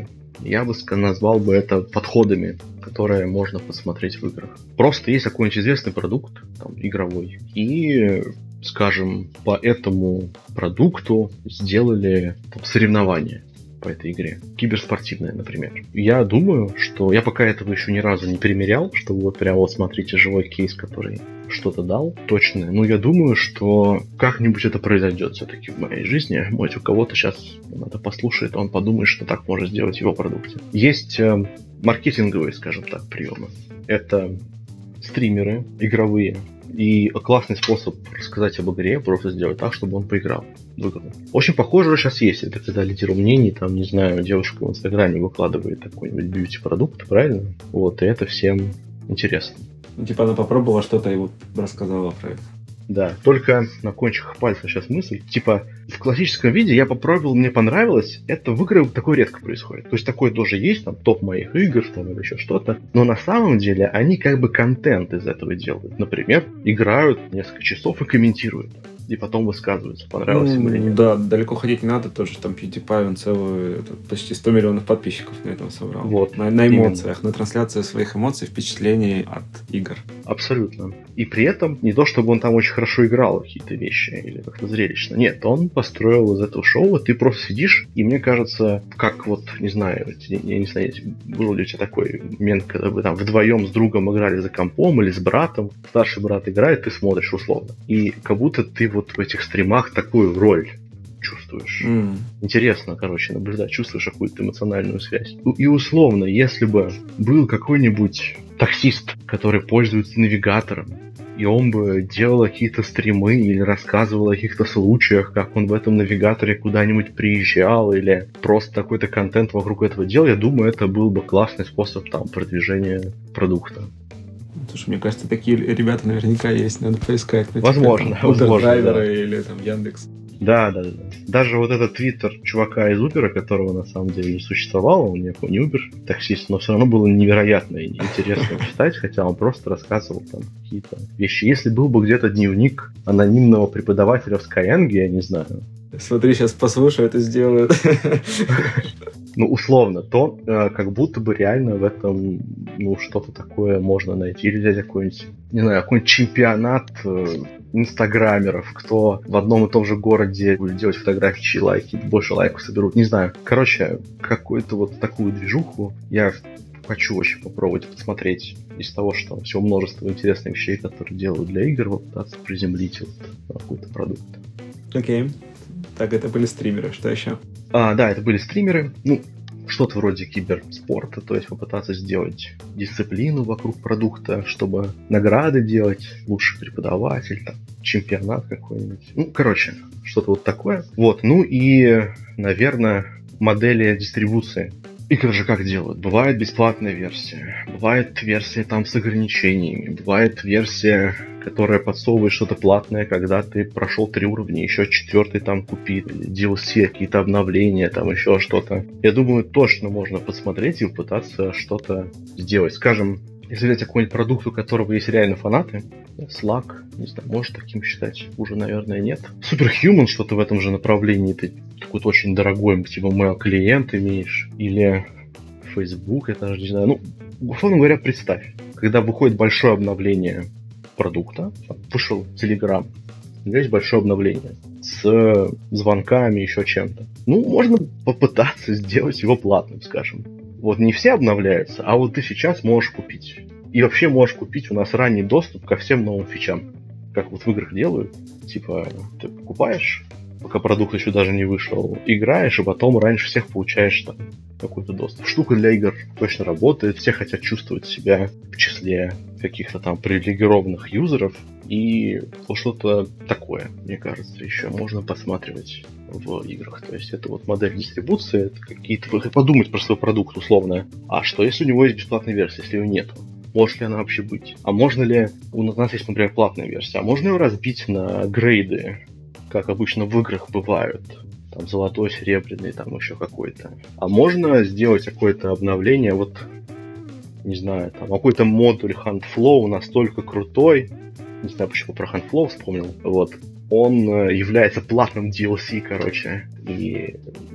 Я бы назвал бы это подходами, которые можно посмотреть в играх. Просто есть какой-нибудь известный продукт, там, игровой, и, скажем, по этому продукту сделали там, соревнования по этой игре. Киберспортивная, например. Я думаю, что я пока этого еще ни разу не примерял, что вот прям вот смотрите живой кейс, который что-то дал, точно. Но я думаю, что как-нибудь это произойдет все-таки в моей жизни. Может, у кого-то сейчас он это послушает, он подумает, что так можно сделать в его продукте. Есть э, маркетинговые, скажем так, приемы. Это стримеры игровые. И классный способ рассказать об игре, просто сделать так, чтобы он поиграл в игру. Очень похоже сейчас есть. Это когда лидер мнений, там, не знаю, девушка в Инстаграме выкладывает какой-нибудь бьюти-продукт, правильно? Вот, и это всем интересно. Ну, типа она попробовала что-то и вот рассказала про это. Да, только на кончиках пальцев сейчас мысль. Типа, в классическом виде я попробовал, мне понравилось. Это в играх такое редко происходит. То есть такое тоже есть, там, топ моих игр, там, или еще что-то. Но на самом деле они как бы контент из этого делают. Например, играют несколько часов и комментируют. И потом высказываются, понравилось им или нет. Да, далеко ходить не надо, тоже там PewDiePie, он целую, это, почти сто миллионов подписчиков на этом собрал. Вот, на, на эмоциях, именно. На трансляции своих эмоций, впечатлений от игр. Абсолютно. И при этом не то, чтобы он там очень хорошо играл какие-то вещи или как-то зрелищно. Нет, он построил из этого шоу, ты просто сидишь, и мне кажется, как вот, не знаю, я не знаю, был ли у тебя такой момент, когда вы там вдвоем с другом играли за компом или с братом, старший брат играет, ты смотришь условно. И как будто ты вот в этих стримах такую роль чувствуешь. Mm. Интересно, короче, наблюдать, чувствуешь какую-то эмоциональную связь. И условно, если бы был какой-нибудь таксист, который пользуется навигатором, и он бы делал какие-то стримы или рассказывал о каких-то случаях, как он в этом навигаторе куда-нибудь приезжал, или просто какой-то контент вокруг этого делал, я думаю, это был бы классный способ там продвижения продукта. Слушай, мне кажется, такие ребята наверняка есть, надо поискать. Ну, возможно, типа, возможно, драйверы да. Или там Яндекс. Да, да, да. Даже вот этот твиттер чувака из Uber, которого на самом деле не существовало, он не Uber таксист, но все равно было невероятно и интересно читать, хотя он просто рассказывал там какие-то вещи. Если был бы где-то дневник анонимного преподавателя в Skyeng, я не знаю. Смотри, сейчас послушаю, это сделаю. Ну, условно, то э, как будто бы реально в этом, ну, что-то такое можно найти. Или взять какой-нибудь, не знаю, какой-нибудь чемпионат э, инстаграмеров, кто в одном и том же городе будет делать фотографии, чьи лайки, больше лайков соберут. Не знаю. Короче, какую-то вот такую движуху я хочу очень попробовать посмотреть из того, что всего множество интересных вещей, которые делают для игр, вот пытаться приземлить вот на какой-то продукт. Окей. Okay. Так, это были стримеры. Что еще? А, да, это были стримеры. Ну, что-то вроде киберспорта, то есть попытаться сделать дисциплину вокруг продукта, чтобы награды делать, лучший преподаватель, там, чемпионат какой-нибудь. Ну, короче, что-то вот такое. Вот, ну и, наверное, модели дистрибуции. Игры же как делают? Бывает бесплатная версия, бывает версия там с ограничениями, бывает версия, которая подсовывает что-то платное, когда ты прошел три уровня, еще четвертый там купи, ди эл си, какие-то обновления, там еще что-то. Я думаю, точно можно посмотреть и попытаться что-то сделать. Скажем, если взять какой-нибудь продукт, у которого есть реально фанаты, Slack, не знаю, может таким считать, уже, наверное, нет. Superhuman что-то в этом же направлении, ты какой-то очень дорогой, типа, mail-клиент имеешь, или Facebook, я даже не знаю. Ну, условно говоря, представь, когда выходит большое обновление продукта, вышел Telegram, у него есть большое обновление с звонками, еще чем-то. Ну, можно попытаться сделать его платным, скажем. Вот не все обновляются, а вот ты сейчас можешь купить. И вообще можешь купить у нас ранний доступ ко всем новым фичам. Как вот в играх делают. Типа, ты покупаешь, пока продукт еще даже не вышел, играешь, и потом раньше всех получаешь там какой-то доступ. Штука для игр точно работает. Все хотят чувствовать себя в числе каких-то там привилегированных юзеров. И вот что-то такое, мне кажется, еще можно посматривать в играх. То есть это вот модель дистрибуции, это какие-то... Подумать про свой продукт условно. А что если у него есть бесплатная версия, если ее нету? Может ли она вообще быть? А можно ли... У нас есть, например, платная версия. А можно ее разбить на грейды, как обычно в играх бывают? Там золотой, серебряный, там еще какой-то. А можно сделать какое-то обновление, вот, не знаю, там какой-то модуль HuntFlow настолько крутой, не знаю, почему про HuntFlow вспомнил, вот, он является платным ди эл си, короче, и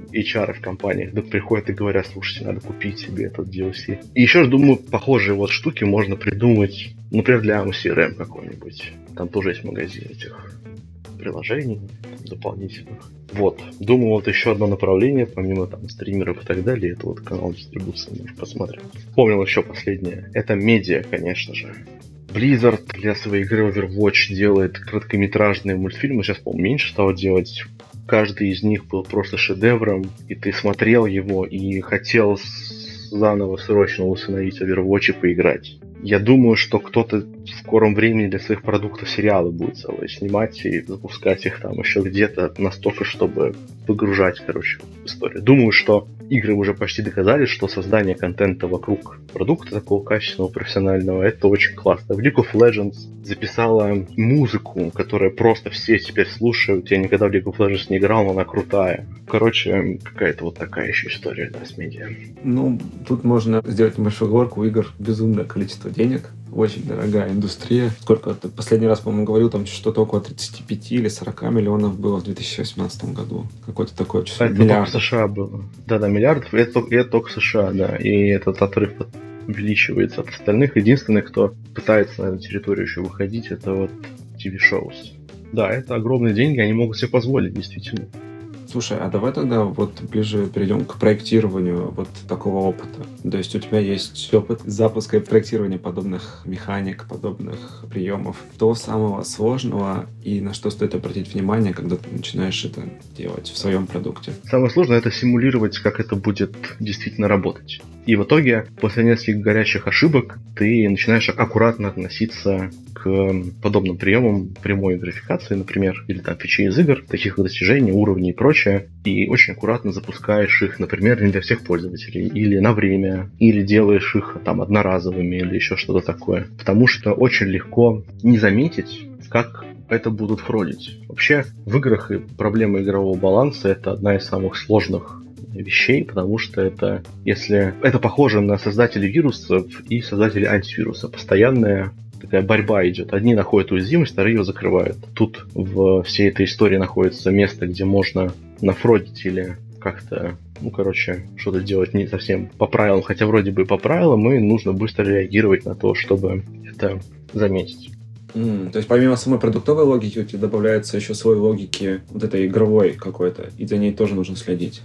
эйч ар в компаниях да, приходят и говорят, слушайте, надо купить себе этот ди эл си. И еще же, думаю, похожие вот штуки можно придумать, например, для си ар эм какой-нибудь. Там тоже есть магазин этих приложений дополнительных. Вот. Думаю, вот еще одно направление, помимо там стримеров и так далее, это вот канал дистрибуции, можно посмотреть. Вспомнил еще последнее. Это медиа, конечно же. Blizzard для своей игры Overwatch делает короткометражные мультфильмы. Сейчас, по-моему, меньше стало делать. Каждый из них был просто шедевром, и ты смотрел его и хотел заново срочно установить Overwatch и поиграть. Я думаю, что кто-то в скором времени для своих продуктов сериалы будет целые снимать и запускать их там еще где-то настолько, чтобы погружать, короче, в историю. Думаю, что игры уже почти доказали, что создание контента вокруг продукта такого качественного, профессионального, это очень классно. В League of Legends записала музыку, которая просто все теперь слушают. Я никогда в League of Legends не играл, но она крутая. Короче, какая-то вот такая еще история, да, с медиа. Ну, тут можно сделать небольшую оговорку. У игр безумное количество денег. Очень дорогая индустрия. Сколько ты последний раз, по-моему, говорил, там что-то около тридцать пять или сорок миллионов было в две тысячи восемнадцатом году. Какое-то такое число. Это только в США было. Да-да, миллиардов. Это, это только в США, да. И этот отрыв увеличивается от остальных. Единственное, кто пытается на эту территорию еще выходить, это вот ти ви-шоус. Да, это огромные деньги, они могут себе позволить, действительно. Слушай, а давай тогда вот ближе перейдем к проектированию вот такого опыта. То есть у тебя есть опыт запуска и проектирования подобных механик, подобных приемов. Что самого сложного и на что стоит обратить внимание, когда ты начинаешь это делать в своем продукте? Самое сложное — это симулировать, как это будет действительно работать. И в итоге, после нескольких горячих ошибок, ты начинаешь аккуратно относиться к подобным приемам прямой графикации, например, или там фичи из игр, таких как достижений, уровней и прочее, и очень аккуратно запускаешь их, например, не для всех пользователей, или на время, или делаешь их там одноразовыми, или еще что-то такое. Потому что очень легко не заметить, как это будут фродить. Вообще, в играх и проблема игрового баланса — это одна из самых сложных вещей, потому что это, если это похоже на создателей вирусов и создателей антивируса. Постоянная такая борьба идет. Одни находят уязвимость, вторые ее закрывают. Тут в всей этой истории находится место, где можно нафродить или как-то, ну, короче, что-то делать не совсем по правилам, хотя вроде бы по правилам, и нужно быстро реагировать на то, чтобы это заметить. Mm, то есть помимо самой продуктовой логики у тебя добавляется еще слой логики вот этой игровой какой-то, и за ней тоже нужно следить.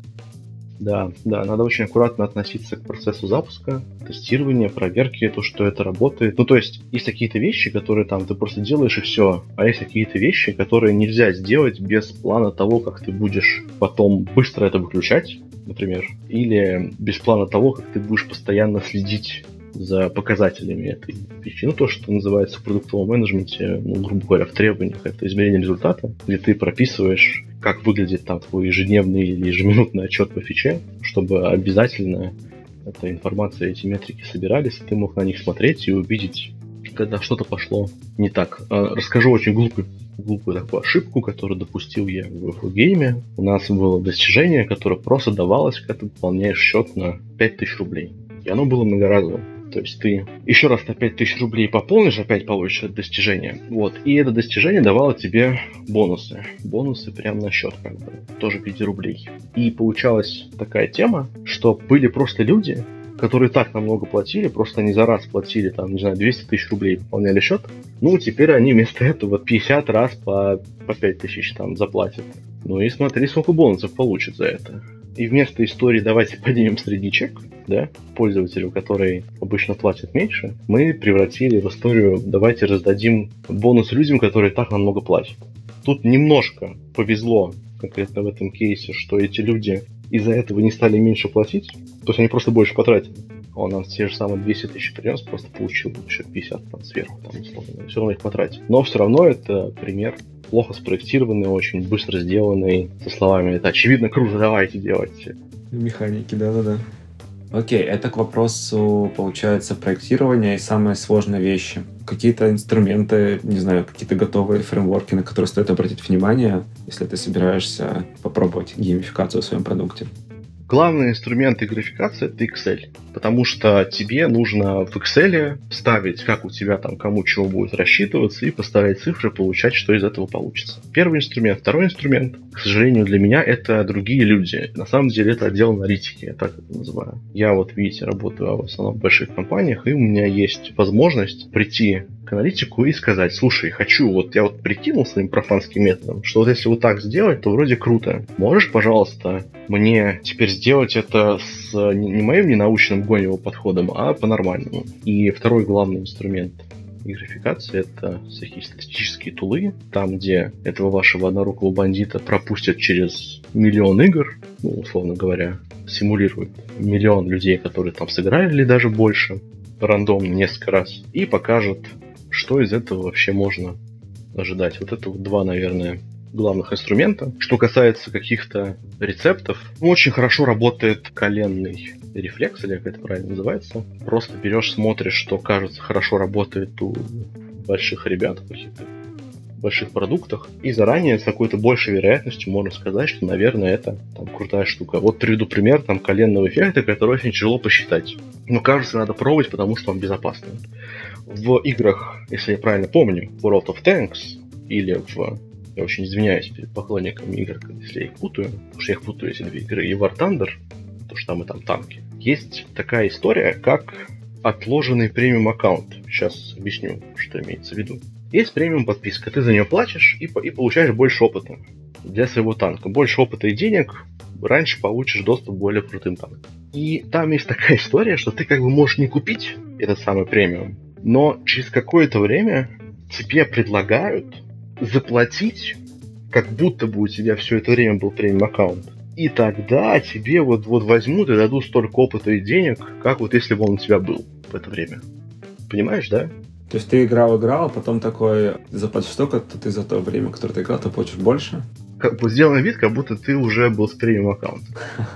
Да, да, надо очень аккуратно относиться к процессу запуска, тестирования, проверки, то, что это работает. Ну, то есть, есть какие-то вещи, которые там ты просто делаешь и все, а есть какие-то вещи, которые нельзя сделать без плана того, как ты будешь потом быстро это выключать, например, или без плана того, как ты будешь постоянно следить за показателями этой вещи. Ну, то, что называется в продуктовом менеджменте, ну, грубо говоря, в требованиях, это измерение результата, где ты прописываешь, как выглядит там твой ежедневный или ежеминутный отчет по фиче, чтобы обязательно эта информация, эти метрики собирались, и ты мог на них смотреть и увидеть, когда что-то пошло не так. Расскажу очень глупый глупую такую ошибку, которую допустил я в гейме. У нас было достижение, которое просто давалось, когда ты выполняешь счет на пять тысяч рублей. И оно было многоразовым. То есть ты еще раз на пять тысяч рублей пополнишь, опять получишь это достижение. Вот. И это достижение давало тебе бонусы. Бонусы прямо на счет, как бы. Тоже в виде рублей. И получалась такая тема, что были просто люди, которые так намного платили, просто они за раз платили, там, не знаю, двести тысяч рублей, пополняли счет. Ну, теперь они вместо этого пятьдесят раз по, по пять тысяч там заплатят. Ну и смотри, сколько бонусов получат за это. И вместо истории «давайте поднимем средний чек», да, пользователю, который обычно платит меньше, мы превратили в историю «давайте раздадим бонус людям, которые так намного платят». Тут немножко повезло конкретно в этом кейсе, что эти люди из-за этого не стали меньше платить, то есть они просто больше потратили. Он нам те же самые двести тысяч принес, просто получил еще пятьдесят там сверху, там, условно, все равно их потратил. Но все равно это пример плохо спроектированный, очень быстро сделанный, со словами «это очевидно круто, давайте делать». Механики, да-да-да. Окей, это к вопросу, получается, проектирования и самые сложные вещи. Какие-то инструменты, не знаю, какие-то готовые фреймворки, на которые стоит обратить внимание, если ты собираешься попробовать геймификацию в своем продукте? Главный инструмент графикации — это Excel, потому что тебе нужно в Excel ставить, как у тебя там кому чего будет рассчитываться, и поставить цифры, получать, что из этого получится. Первый инструмент. Второй инструмент, к сожалению, для меня это другие люди. На самом деле это отдел аналитики, я так это называю. Я вот, видите, работаю в основном в больших компаниях, и у меня есть возможность прийти к аналитику и сказать: слушай, хочу, вот я вот прикинул своим профанским методом, что вот если вот так сделать, то вроде круто. Можешь, пожалуйста, мне теперь сделать это с не моим ненаучным гоневым подходом, а по-нормальному. И второй главный инструмент графикации — это всякие статистические тулы, там, где этого вашего однорукого бандита пропустят через миллион игр, ну, условно говоря, симулируют миллион людей, которые там сыграли, или даже больше, рандомно несколько раз, и покажет, что из этого вообще можно ожидать. Вот это вот два, наверное, главных инструмента. Что касается каких-то рецептов, очень хорошо работает коленный рефлекс, или как это правильно называется. Просто берешь, смотришь, что, кажется, хорошо работает у больших ребят в каких-то больших продуктах, и заранее с какой-то большей вероятностью можно сказать, что, наверное, это там крутая штука. Вот приведу пример там коленного эффекта, который очень тяжело посчитать. Но, кажется, надо пробовать, потому что он безопасный. В играх, если я правильно помню, World of Tanks или в... Я очень извиняюсь перед поклонниками игр, если я их путаю, потому что я их путаю, эти две игры, и War Thunder, потому что там и там танки. Есть такая история, как отложенный премиум аккаунт. Сейчас объясню, что имеется в виду. Есть премиум подписка, ты за нее платишь и, и получаешь больше опыта для своего танка. Больше опыта и денег, раньше получишь доступ к более крутым танкам. И там есть такая история, что ты как бы можешь не купить этот самый премиум, но через какое-то время тебе предлагают заплатить, как будто бы у тебя все это время был премиум аккаунт. И тогда тебе вот, вот возьмут и дадут столько опыта и денег, как вот если бы он у тебя был в это время. Понимаешь, да? То есть ты играл-играл, а потом такой, заплатишь столько, то ты за то время, которое ты играл, ты получишь больше? Как бы сделан вид, как будто ты уже был с премиум аккаунтом.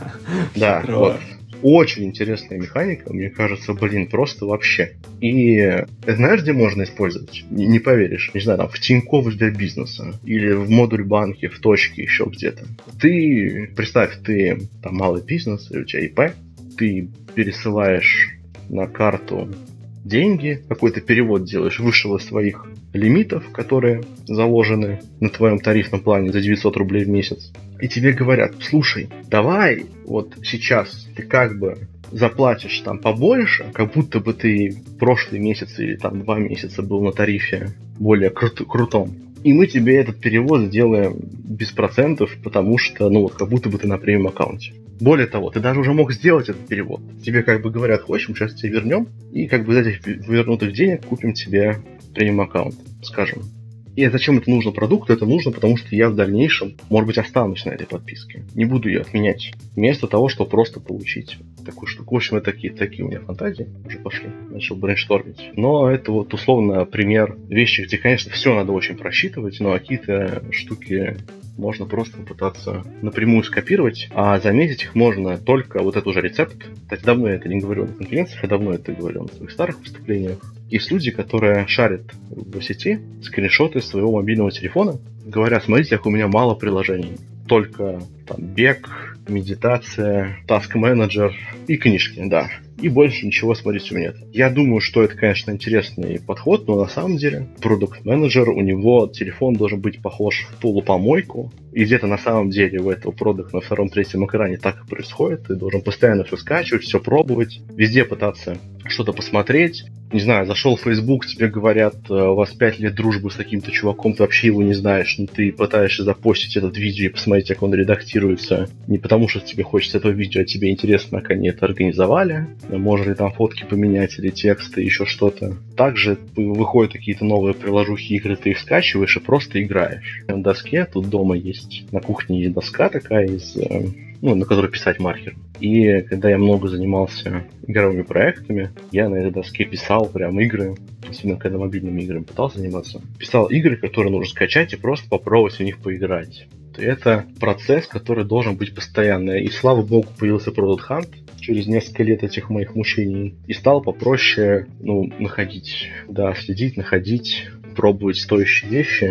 Да, вот. Очень интересная механика, мне кажется, блин, просто вообще. И знаешь, где можно использовать? Не, не поверишь. Не знаю, там в Тинькофф для бизнеса. Или в модуль банке, в точке, еще где-то. Ты, представь, ты там малый бизнес, или у тебя ИП, ты пересылаешь на карту деньги, какой-то перевод делаешь, вышел из своих лимитов, которые заложены на твоем тарифном плане за девятьсот рублей в месяц. И тебе говорят: слушай, давай вот сейчас ты как бы заплатишь там побольше, как будто бы ты прошлый месяц или там два месяца был на тарифе более кру- крутом. И мы тебе этот перевод сделаем без процентов, потому что, ну вот, как будто бы ты на премиум аккаунте. Более того, ты даже уже мог сделать этот перевод. Тебе как бы говорят: хочешь, мы сейчас тебе вернем, и как бы из этих вернутых денег купим тебе премиум аккаунт, скажем. И зачем это нужно продукту? Это нужно, потому что я в дальнейшем, может быть, останусь на этой подписке. Не буду ее отменять. Вместо того, чтобы просто получить такую штуку. В общем, это такие, такие у меня фантазии уже пошли. Начал брейнштормить. Но это вот условно пример вещи, где, конечно, все надо очень просчитывать, но какие-то штуки можно просто попытаться напрямую скопировать, а заметить их можно только вот этот уже рецепт. Кстати, давно я это не говорил на конференциях, я давно это говорил на своих старых выступлениях. Есть люди, которые шарят в сети скриншоты своего мобильного телефона, говорят: смотрите, как у меня мало приложений. Только там бег, медитация, таск-менеджер и книжки, да. И больше ничего, смотрите, у меня нет. Я думаю, что это, конечно, интересный подход, но на самом деле продукт-менеджер, у него телефон должен быть похож в полупомойку. И где-то на самом деле у этого продукта на втором-третьем экране так и происходит. Ты должен постоянно все скачивать, все пробовать, везде пытаться что-то посмотреть. Не знаю, зашел в Facebook, тебе говорят: у вас пять лет дружбы с каким-то чуваком, ты вообще его не знаешь, но ты пытаешься запостить этот видео и посмотреть, как он редактируется. Не потому, что тебе хочется этого видео, а тебе интересно, как они это организовали. Можно ли там фотки поменять или тексты, еще что-то. Также выходят какие-то новые приложухи, игры, ты их скачиваешь и просто играешь. На доске, тут дома есть, на кухне есть доска такая из... ну, на которой писать маркером. И когда я много занимался игровыми проектами, я на этой доске писал прям игры, особенно когда мобильными играми пытался заниматься. Писал игры, которые нужно скачать и просто попробовать в них поиграть. Это процесс, который должен быть постоянный. И слава богу, появился Product Hunt через несколько лет этих моих мучений. И стало попроще, ну, находить, да, следить, находить, пробовать стоящие вещи.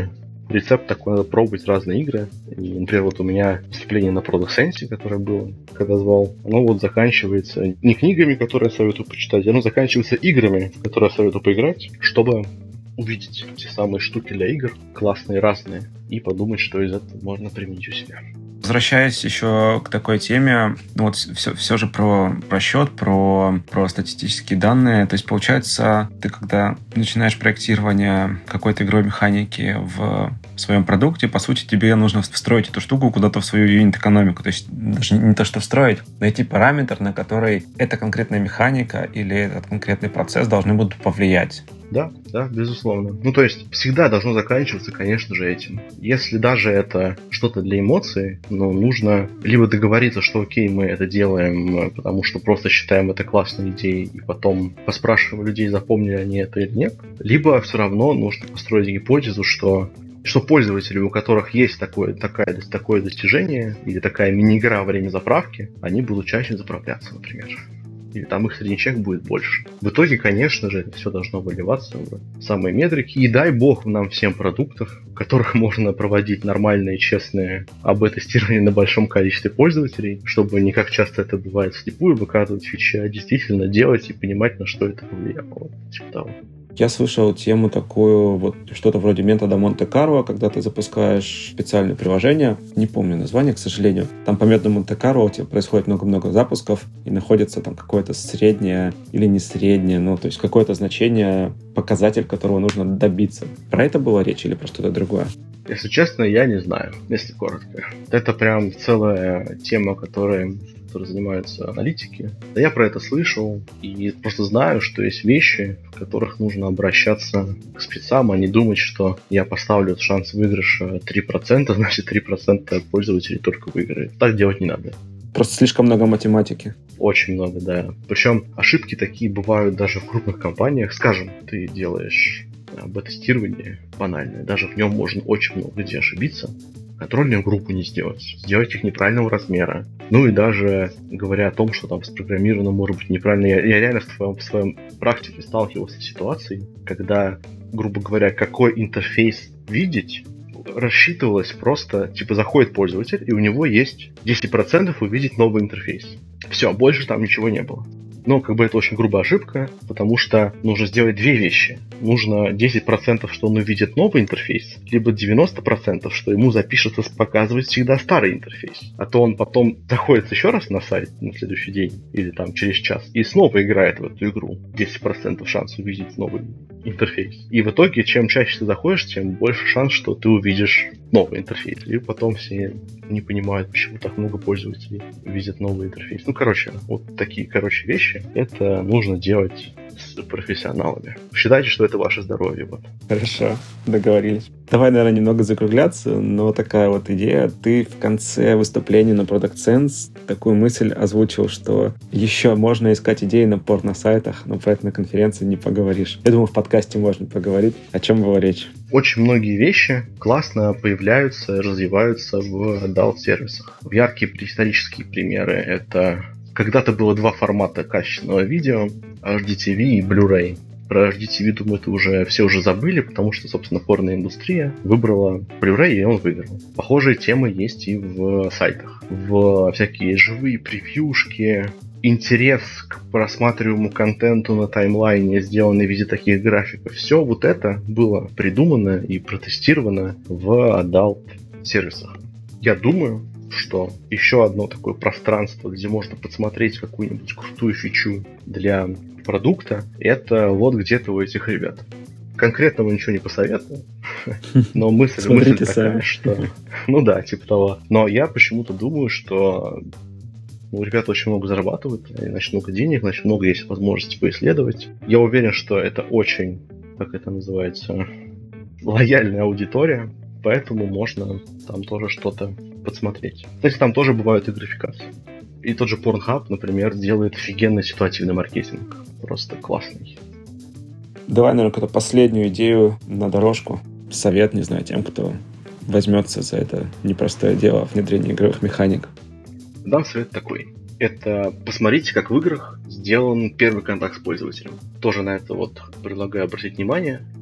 рецепт такой, надо пробовать разные игры. И, например, вот у меня выступление на Product Sense, которое было, когда звал, оно вот заканчивается не книгами, которые я советую почитать, оно заканчивается играми, в которые я советую поиграть, чтобы увидеть те самые штуки для игр, классные, разные, и подумать, что из этого можно применить у себя. Возвращаясь еще к такой теме, ну вот все, все же про, про счет, про, про статистические данные. То есть, получается, ты когда начинаешь проектирование какой-то игровой механики в своем продукте, по сути, тебе нужно встроить эту штуку куда-то в свою юнит-экономику. То есть, даже не то, что встроить, найти параметр, на который эта конкретная механика или этот конкретный процесс должны будут повлиять. Да, да, безусловно. Ну, то есть, всегда должно заканчиваться, конечно же, этим. Если даже это что-то для эмоций, ну, нужно либо договориться, что окей, мы это делаем, потому что просто считаем это классной идеей, и потом поспрашиваем людей, запомнили они это или нет, либо все равно нужно построить гипотезу, что что пользователи, у которых есть такое, такое, такое достижение или такая мини-игра во время заправки, они будут чаще заправляться, например. Или там их средний чек будет больше. В итоге, конечно же, это все должно выливаться в самые метрики. И дай бог нам всем продуктов, в которых можно проводить нормальные, честные эй би-тестирования на большом количестве пользователей, чтобы не как часто это бывает вслепую выкатывать фичи, а действительно делать и понимать, на что это повлияло. Вот, типа того. Я слышал тему такую, вот что-то вроде метода Монте-Карло, когда ты запускаешь специальное приложение, не помню название, к сожалению. Там по методу Монте-Карло у тебя происходит много-много запусков, и находится там какое-то среднее или не среднее, ну, то есть какое-то значение, показатель, которого нужно добиться. Про это была речь или про что-то другое? Если честно, я не знаю, если коротко. Это прям целая тема, которая... которые занимаются аналитики. Да я про это слышал и просто знаю, что есть вещи, в которых нужно обращаться к спецам, а не думать, что я поставлю шанс выигрыша три процента, значит три процента пользователей только выиграет. Так делать не надо. Просто слишком много математики. Очень много, да. Причем ошибки такие бывают даже в крупных компаниях. Скажем, ты делаешь эй би-тестирование банальное, даже в нем можно очень много где ошибиться. Контрольную группу не сделать, сделать их неправильного размера. Ну и даже говоря о том, что там спрограммировано может быть неправильно, я, я реально в своем, в своем практике сталкивался с ситуацией, когда, грубо говоря, какой интерфейс видеть, рассчитывалось просто, типа заходит пользователь, и у него есть десять процентов увидеть новый интерфейс. Все, больше там ничего не было. Но как бы это очень грубая ошибка, потому что нужно сделать две вещи. Нужно десять процентов, что он увидит новый интерфейс, либо девяносто процентов, что ему запишется показывать всегда старый интерфейс. А то он потом заходит еще раз на сайт на следующий день или там через час и снова играет в эту игру. десять процентов шанс увидеть новый интерфейс. И в итоге, чем чаще ты заходишь, тем больше шанс, что ты увидишь новый интерфейс. И потом все не понимают, почему так много пользователей видят новый интерфейс. Ну, короче, вот такие, короче, вещи. Это нужно делать с профессионалами. Считайте, что это ваше здоровье. Вот. Хорошо, договорились. Давай, наверное, немного закругляться, но такая вот идея. Ты в конце выступления на Product Sense такую мысль озвучил, что еще можно искать идеи на порно-сайтах, но про это на конференции не поговоришь. Я думаю, в подкасте можно поговорить. О чем была речь? Очень многие вещи классно появляются, развиваются в адалт-сервисах. Яркие исторические примеры — это когда-то было два формата качественного видео, эйч ди ти ви и Blu-ray. Про эйч ди ти ви, думаю, это уже все уже забыли, потому что, собственно, порноиндустрия выбрала Blu-ray, и он выиграл. Похожие темы есть и в сайтах. В всякие живые превьюшки, интерес к просматриваемому контенту на таймлайне, сделанный в виде таких графиков. Все вот это было придумано и протестировано в адалт-сервисах. Я думаю, что еще одно такое пространство, где можно подсмотреть какую-нибудь крутую фичу для продукта, это вот где-то у этих ребят. Конкретного ничего не посоветую, но мысль, мысль такая, что... Ну да, типа того. Но я почему-то думаю, что ну, ребята очень много зарабатывают, значит, много денег, значит, много есть возможности поисследовать. Я уверен, что это очень, как это называется, лояльная аудитория, поэтому можно там тоже что-то подсмотреть. Кстати, там тоже бывают и графикации. И тот же Pornhub, например, делает офигенный ситуативный маркетинг. Просто классный. Давай, наверное, какую-то последнюю идею на дорожку. Совет, не знаю, тем, кто возьмется за это непростое дело внедрения игровых механик. Дам совет такой. Это посмотрите, как в играх сделан первый контакт с пользователем. Тоже на это вот предлагаю обратить внимание.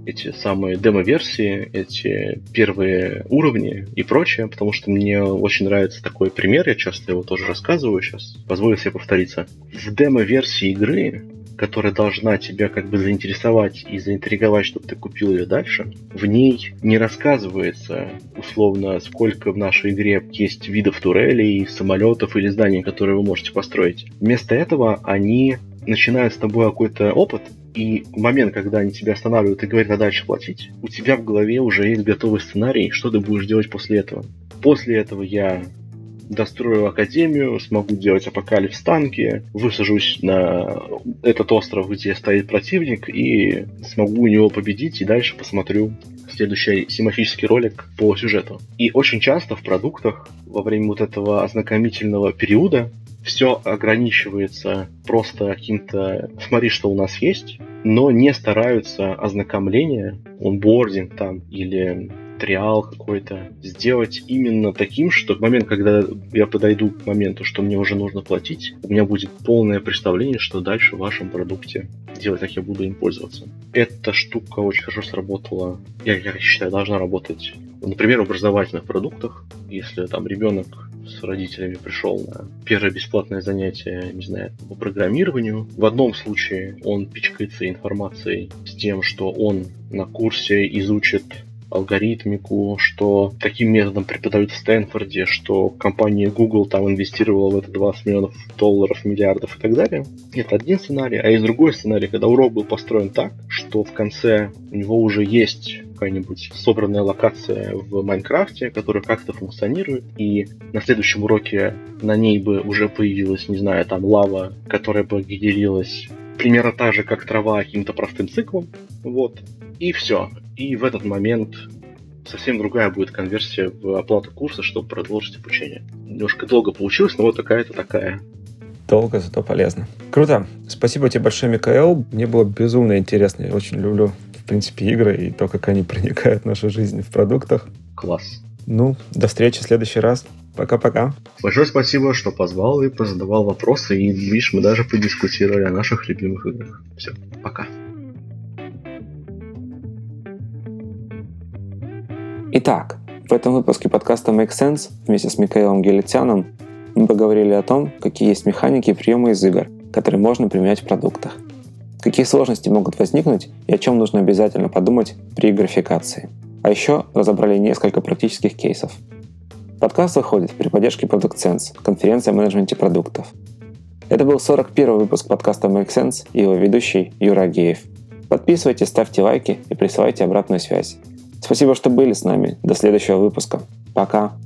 эти самые демо-версии, эти первые уровни и прочее, потому что мне очень нравится такой пример, я часто его тоже рассказываю сейчас, позволю себе повториться. В демо-версии игры, которая должна тебя как бы заинтересовать и заинтриговать, чтобы ты купил ее дальше, в ней не рассказывается условно, сколько в нашей игре есть видов турелей, самолетов или зданий, которые вы можете построить. Вместо этого они начинают с тобой какой-то опыт, и в момент, когда они тебя останавливают и говорят, а дальше платить, у тебя в голове уже есть готовый сценарий, что ты будешь делать после этого. После этого я дострою академию, смогу делать апокалипс танки, высажусь на этот остров, где стоит противник, и смогу у него победить, и дальше посмотрю следующий семантический ролик по сюжету. И очень часто в продуктах во время вот этого ознакомительного периода все ограничивается просто каким-то «смотри, что у нас есть», но не стараются ознакомление, онбординг там или триал какой-то сделать именно таким, что в момент, когда я подойду к моменту, что мне уже нужно платить, у меня будет полное представление, что дальше в вашем продукте делать, как я буду им пользоваться. Эта штука очень хорошо сработала, я, я считаю, должна работать, например, в образовательных продуктах. Если там ребенок с родителями пришел на первое бесплатное занятие, не знаю, по программированию, в одном случае он пичкается информацией с тем, что он на курсе изучит алгоритмику, что таким методом преподают в Стэнфорде, что компания Google там инвестировала в это двадцать миллионов долларов, миллиардов и так далее. Это один сценарий. А есть другой сценарий, когда урок был построен так, что в конце у него уже есть какая-нибудь собранная локация в Майнкрафте, которая как-то функционирует, и на следующем уроке на ней бы уже появилась, не знаю, там лава, которая бы генерилась примерно так же, как трава, каким-то простым циклом. Вот. И все. И в этот момент совсем другая будет конверсия в оплату курса, чтобы продолжить обучение. Немножко долго получилось, но вот такая-то такая. Долго, зато полезно. Круто. Спасибо тебе большое, Микаэл. Мне было безумно интересно. Я очень люблю, в принципе, игры и то, как они проникают в нашу жизнь в продуктах. Класс. Ну, до встречи в следующий раз. Пока-пока. Большое спасибо, что позвал и позадавал вопросы. И, видишь, мы даже подискутировали о наших любимых играх. Все, пока. Итак, в этом выпуске подкаста Make Sense вместе с Микаэлом Гелетяном мы поговорили о том, какие есть механики и приемы из игр, которые можно применять в продуктах, какие сложности могут возникнуть и о чем нужно обязательно подумать при графикации. А еще разобрали несколько практических кейсов. Подкаст выходит при поддержке Product Sense, конференции о менеджменте продуктов. Это был сорок первый выпуск подкаста Make Sense и его ведущий Юра Агеев. Подписывайтесь, ставьте лайки и присылайте обратную связь. Спасибо, что были с нами. До следующего выпуска. Пока.